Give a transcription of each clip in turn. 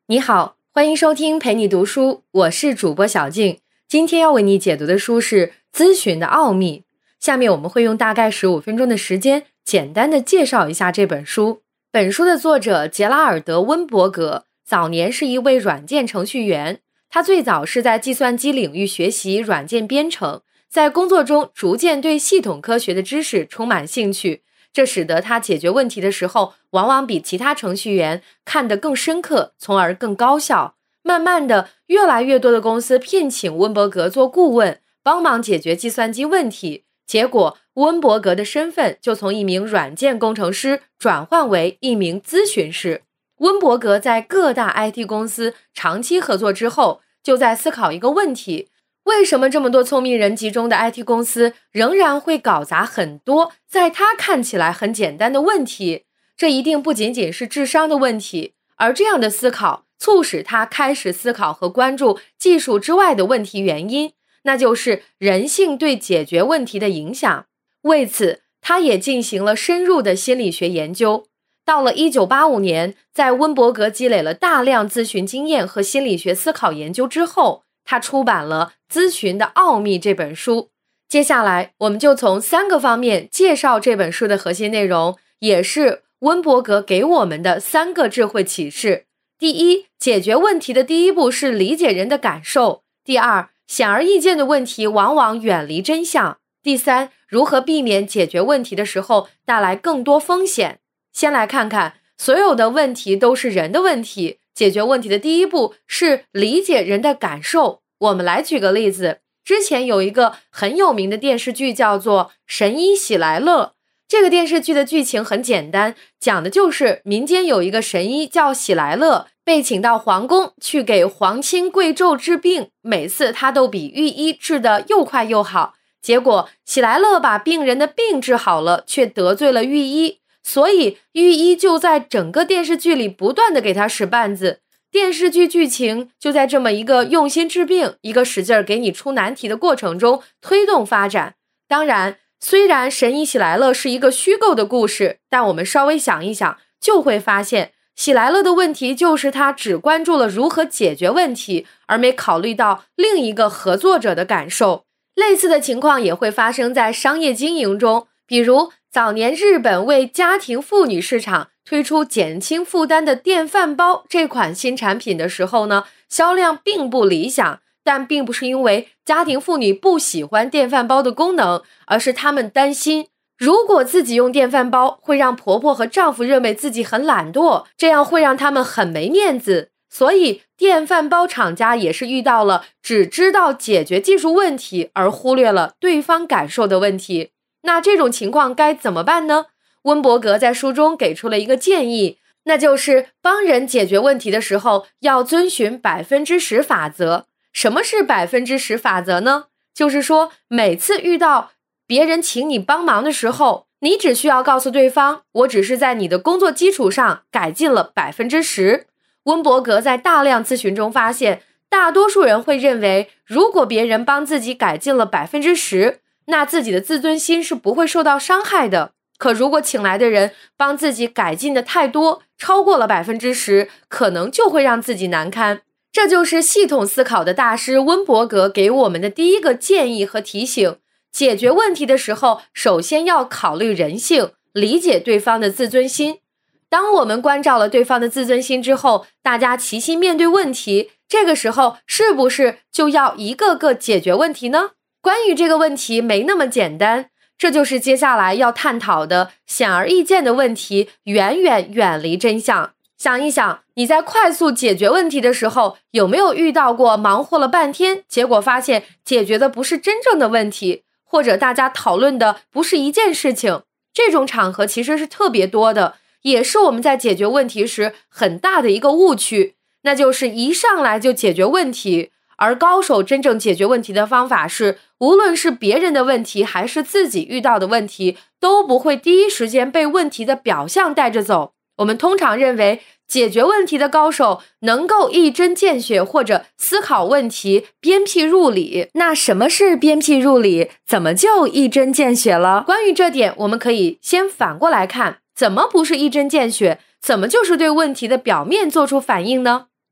你好，欢迎收听陪你读书，我是主播小静。今天要为你解读的书是《咨询的奥秘》。下面我们会用大概15分钟的时间，简单的介绍一下这本书。本书的作者杰拉尔德·温伯格早年是一位软件程序员，他最早是在计算机领域学习软件编程，在工作中逐渐对系统科学的知识充满兴趣，这使得他解决问题的时候往往比其他程序员看得更深刻，从而更高效。慢慢的，越来越多的公司聘请温伯格做顾问，帮忙解决计算机问题。结果，温伯格的身份就从一名软件工程师转换为一名咨询师。温伯格在各大 IT 公司长期合作之后，就在思考一个问题：为什么这么多聪明人集中的 IT 公司仍然会搞砸很多在他看起来很简单的问题？这一定不仅仅是智商的问题，而这样的思考促使他开始思考和关注技术之外的问题原因，那就是人性对解决问题的影响。为此，他也进行了深入的心理学研究。到了1985年，在温伯格积累了大量咨询经验和心理学思考研究之后，他出版了《咨询的奥秘》这本书。接下来，我们就从3个方面介绍这本书的核心内容，也是温伯格给我们的3个智慧启示。第一，解决问题的第一步是理解人的感受。第二，显而易见的问题往往远离真相。第三，如何避免解决问题的时候带来更多风险。先来看看，所有的问题都是人的问题，解决问题的第一步是理解人的感受。我们来举个例子，之前有一个很有名的电视剧叫做《神医喜来乐》。这个电视剧的剧情很简单，讲的就是民间有一个神医叫喜来乐，被请到皇宫去给皇亲贵胄治病，每次他都比御医治得又快又好。结果喜来乐把病人的病治好了，却得罪了御医，所以御医就在整个电视剧里不断的给他使绊子。电视剧剧情就在这么一个用心治病，一个使劲给你出难题的过程中推动发展。当然，虽然神医喜来乐是一个虚构的故事，但我们稍微想一想，就会发现喜来乐的问题就是他只关注了如何解决问题，而没考虑到另一个合作者的感受。类似的情况也会发生在商业经营中，比如早年日本为家庭妇女市场推出减轻负担的电饭煲这款新产品的时候呢，销量并不理想，但并不是因为家庭妇女不喜欢电饭煲的功能，而是她们担心，如果自己用电饭煲会让婆婆和丈夫认为自己很懒惰，这样会让他们很没面子。所以电饭煲厂家也是遇到了只知道解决技术问题而忽略了对方感受的问题。那这种情况该怎么办呢？温伯格在书中给出了一个建议，那就是帮人解决问题的时候要遵循10%法则。什么是10%法则呢？就是说每次遇到别人请你帮忙的时候，你只需要告诉对方，我只是在你的工作基础上改进了10%。温伯格在大量咨询中发现，大多数人会认为，如果别人帮自己改进了10%，那自己的自尊心是不会受到伤害的。可如果请来的人帮自己改进的太多，超过了10%，可能就会让自己难堪。这就是系统思考的大师温伯格给我们的第一个建议和提醒：解决问题的时候，首先要考虑人性，理解对方的自尊心。当我们关照了对方的自尊心之后，大家齐心面对问题，这个时候是不是就要一个个解决问题呢？关于这个问题没那么简单，这就是接下来要探讨的显而易见的问题远远远离真相。想一想，你在快速解决问题的时候，有没有遇到过忙活了半天，结果发现解决的不是真正的问题，或者大家讨论的不是一件事情？这种场合其实是特别多的，也是我们在解决问题时很大的一个误区，那就是一上来就解决问题。而高手真正解决问题的方法是，无论是别人的问题还是自己遇到的问题，都不会第一时间被问题的表象带着走。我们通常认为解决问题的高手能够一针见血，或者思考问题鞭辟入里。那什么是鞭辟入里？怎么就一针见血了？关于这点，我们可以先反过来看，怎么不是一针见血？怎么就是对问题的表面做出反应呢？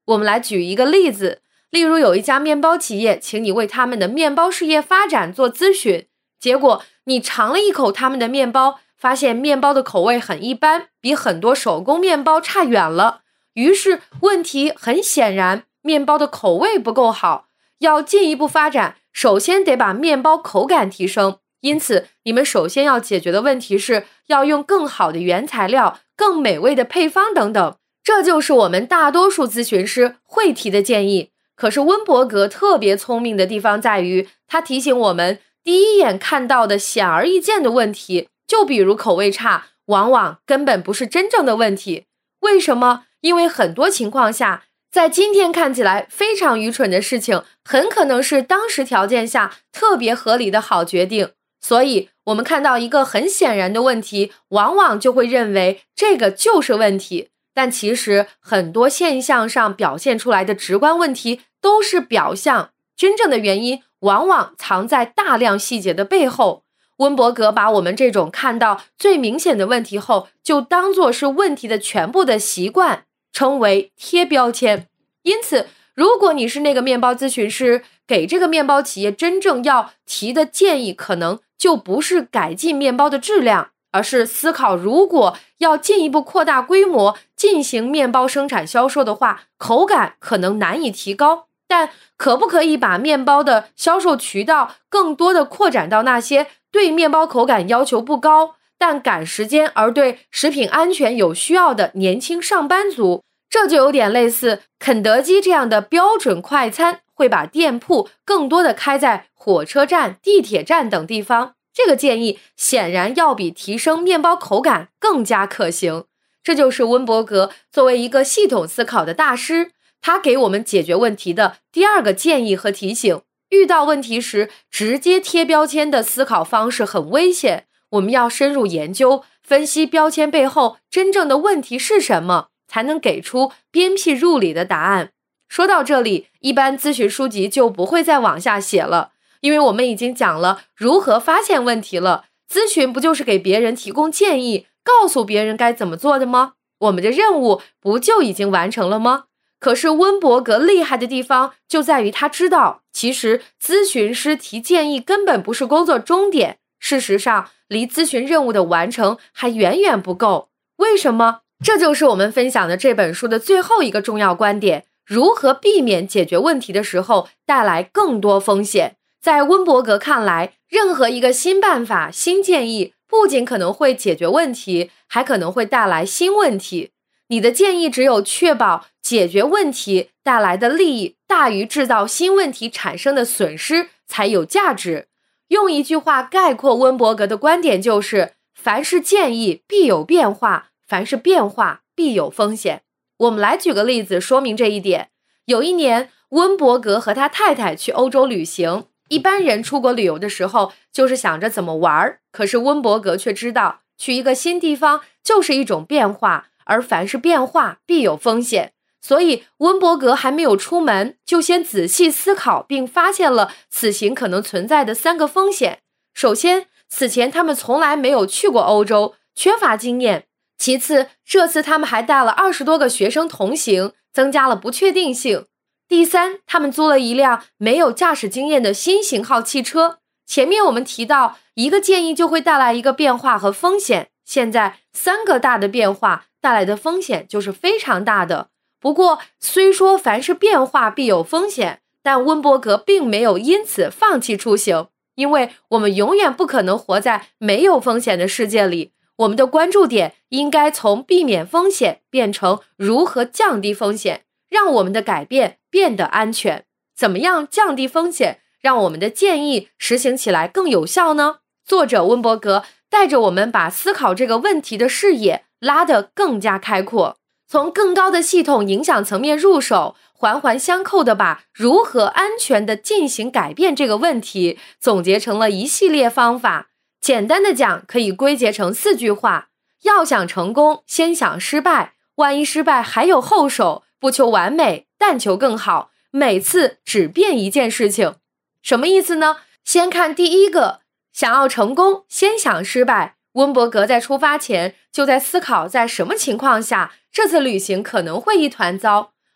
我们来举一个例子，例如有一家面包企业请你为他们的面包事业发展做咨询，结果你尝了一口他们的面包，发现面包的口味很一般，比很多手工面包差远了。于是问题很显然，面包的口味不够好，要进一步发展，首先得把面包口感提升。因此你们首先要解决的问题是要用更好的原材料、更美味的配方等等。这就是我们大多数咨询师会提的建议。可是温伯格特别聪明的地方在于，他提醒我们第一眼看到的显而易见的问题，就比如口味差，往往根本不是真正的问题。为什么？因为很多情况下，在今天看起来非常愚蠢的事情，很可能是当时条件下特别合理的好决定。所以我们看到一个很显然的问题，往往就会认为这个就是问题。但其实很多现象上表现出来的直观问题都是表象，真正的原因往往藏在大量细节的背后。温伯格把我们这种看到最明显的问题后，就当作是问题的全部的习惯，称为贴标签。因此如果你是那个面包咨询师，给这个面包企业真正要提的建议，可能就不是改进面包的质量，而是思考如果要进一步扩大规模进行面包生产销售的话，口感可能难以提高，但可不可以把面包的销售渠道更多的扩展到那些对面包口感要求不高，但赶时间而对食品安全有需要的年轻上班族？这就有点类似肯德基这样的标准快餐会把店铺更多的开在火车站、地铁站等地方。这个建议显然要比提升面包口感更加可行。这就是温伯格作为一个系统思考的大师，他给我们解决问题的第二个建议和提醒。遇到问题时，直接贴标签的思考方式很危险，我们要深入研究，分析标签背后真正的问题是什么，才能给出鞭辟入里的答案。说到这里，一般咨询书籍就不会再往下写了，因为我们已经讲了如何发现问题了。咨询不就是给别人提供建议，告诉别人该怎么做的吗？我们的任务不就已经完成了吗？可是温伯格厉害的地方就在于他知道，其实咨询师提建议根本不是工作终点，事实上离咨询任务的完成还远远不够。为什么？这就是我们分享的这本书的最后一个重要观点，如何避免解决问题的时候带来更多风险。在温伯格看来，任何一个新办法、新建议不仅可能会解决问题，还可能会带来新问题。你的建议只有确保解决问题带来的利益大于制造新问题产生的损失才有价值。用一句话概括温伯格的观点就是：凡是建议必有变化，凡是变化必有风险。我们来举个例子说明这一点。有一年，温伯格和他太太去欧洲旅行。一般人出国旅游的时候就是想着怎么玩，可是温伯格却知道，去一个新地方就是一种变化，而凡是变化必有风险。所以温伯格还没有出门，就先仔细思考，并发现了此行可能存在的3个风险。首先，此前他们从来没有去过欧洲，缺乏经验。其次，这次他们还带了20多个学生同行，增加了不确定性。第三，他们租了一辆没有驾驶经验的新型号汽车。前面我们提到，一个建议就会带来一个变化和风险，现在3个大的变化带来的风险就是非常大的。不过，虽说凡是变化必有风险，但温伯格并没有因此放弃出行，因为我们永远不可能活在没有风险的世界里。我们的关注点应该从避免风险变成如何降低风险，让我们的改变变得安全。怎么样降低风险，让我们的建议实行起来更有效呢？作者温伯格带着我们把思考这个问题的视野拉得更加开阔，从更高的系统影响层面入手，环环相扣地把如何安全地进行改变这个问题总结成了一系列方法。简单的讲，可以归结成4句话：要想成功，先想失败；万一失败还有后手；不求完美，但求更好；每次只变一件事情。什么意思呢？先看第一个，想要成功，先想失败。温伯格在出发前就在思考，在什么情况下这次旅行可能会一团糟，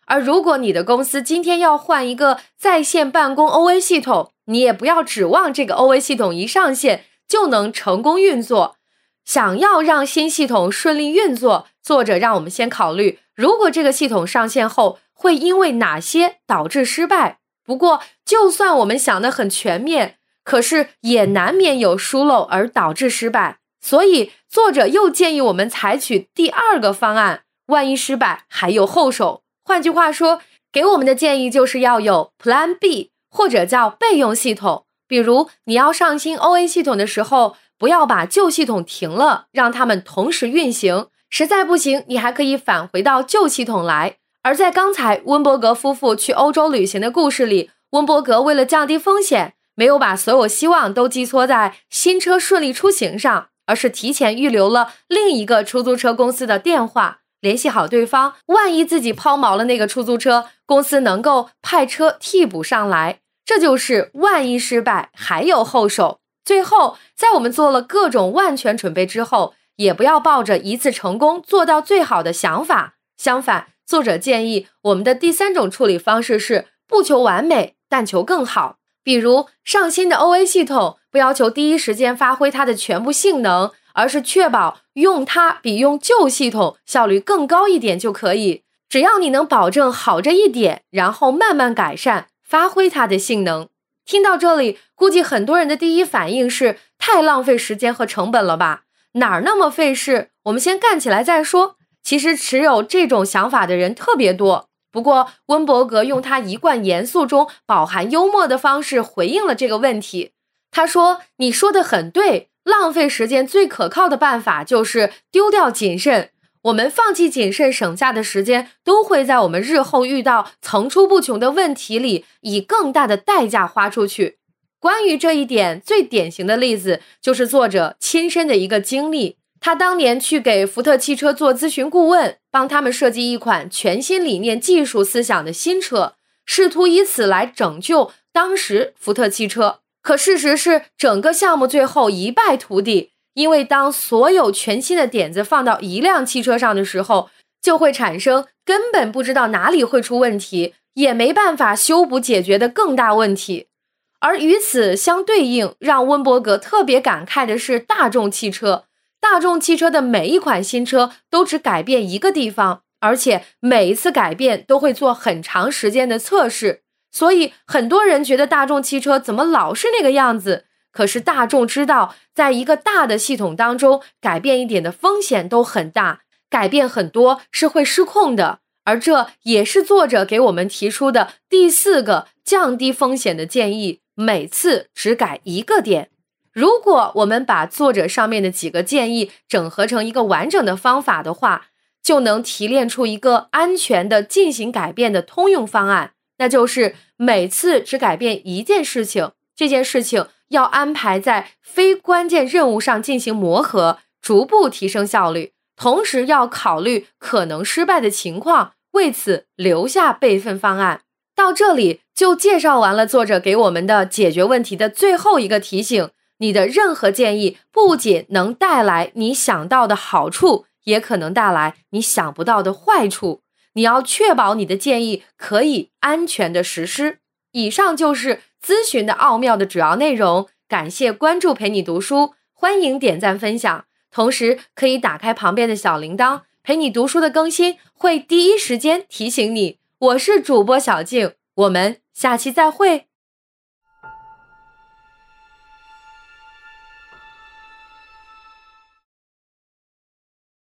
而如果你的公司今天要换一个在线办公 OA 系统，你也不要指望这个 OA 系统一上线就能成功运作。想要让新系统顺利运作，作者让我们先考虑，如果这个系统上线后会因为哪些导致失败。不过就算我们想得很全面，可是也难免有疏漏而导致失败。所以作者又建议我们采取第二个方案，万一失败还有后手。换句话说，给我们的建议就是要有 Plan B， 或者叫备用系统。比如你要上新 OA 系统的时候，不要把旧系统停了，让它们同时运行。实在不行，你还可以返回到旧系统来。而在刚才温伯格夫妇去欧洲旅行的故事里，温伯格为了降低风险，没有把所有希望都寄托在新车顺利出行上，而是提前预留了另一个出租车公司的电话，联系好对方，万一自己抛锚了那个出租车，公司能够派车替补上来。这就是万一失败还有后手。最后，在我们做了各种万全准备之后，也不要抱着一次成功做到最好的想法。相反，作者建议我们的第三种处理方式是不求完美，但求更好。比如上新的 OA 系统，不要求第一时间发挥它的全部性能，而是确保用它比用旧系统效率更高一点就可以。只要你能保证好这一点，然后慢慢改善，发挥它的性能。听到这里，估计很多人的第一反应是太浪费时间和成本了吧？哪儿那么费事？我们先干起来再说。其实持有这种想法的人特别多。不过温伯格用他一贯严肃中饱含幽默的方式回应了这个问题。他说，你说的很对，浪费时间最可靠的办法就是丢掉谨慎。我们放弃谨慎省下的时间，都会在我们日后遇到层出不穷的问题里，以更大的代价花出去。关于这一点，最典型的例子就是作者亲身的一个经历。他当年去给福特汽车做咨询顾问，帮他们设计一款全新理念、技术思想的新车，试图以此来拯救当时福特汽车。可事实是，整个项目最后一败涂地，因为当所有全新的点子放到一辆汽车上的时候，就会产生根本不知道哪里会出问题，也没办法修补解决的更大问题。而与此相对应，让温伯格特别感慨的是大众汽车。大众汽车的每一款新车都只改变一个地方，而且每一次改变都会做很长时间的测试。所以很多人觉得大众汽车怎么老是那个样子，可是大众知道，在一个大的系统当中，改变一点的风险都很大，改变很多是会失控的。而这也是作者给我们提出的第四个降低风险的建议，每次只改一个点。如果我们把作者上面的几个建议整合成一个完整的方法的话，就能提炼出一个安全的进行改变的通用方案，那就是每次只改变一件事情，这件事情要安排在非关键任务上进行磨合，逐步提升效率，同时要考虑可能失败的情况，为此留下备份方案。到这里就介绍完了作者给我们的解决问题的最后一个提醒，你的任何建议不仅能带来你想到的好处，也可能带来你想不到的坏处。你要确保你的建议可以安全的实施。以上就是咨询的奥妙的主要内容，感谢关注陪你读书，欢迎点赞分享，同时可以打开旁边的小铃铛，陪你读书的更新会第一时间提醒你。我是主播小静，我们下期再会。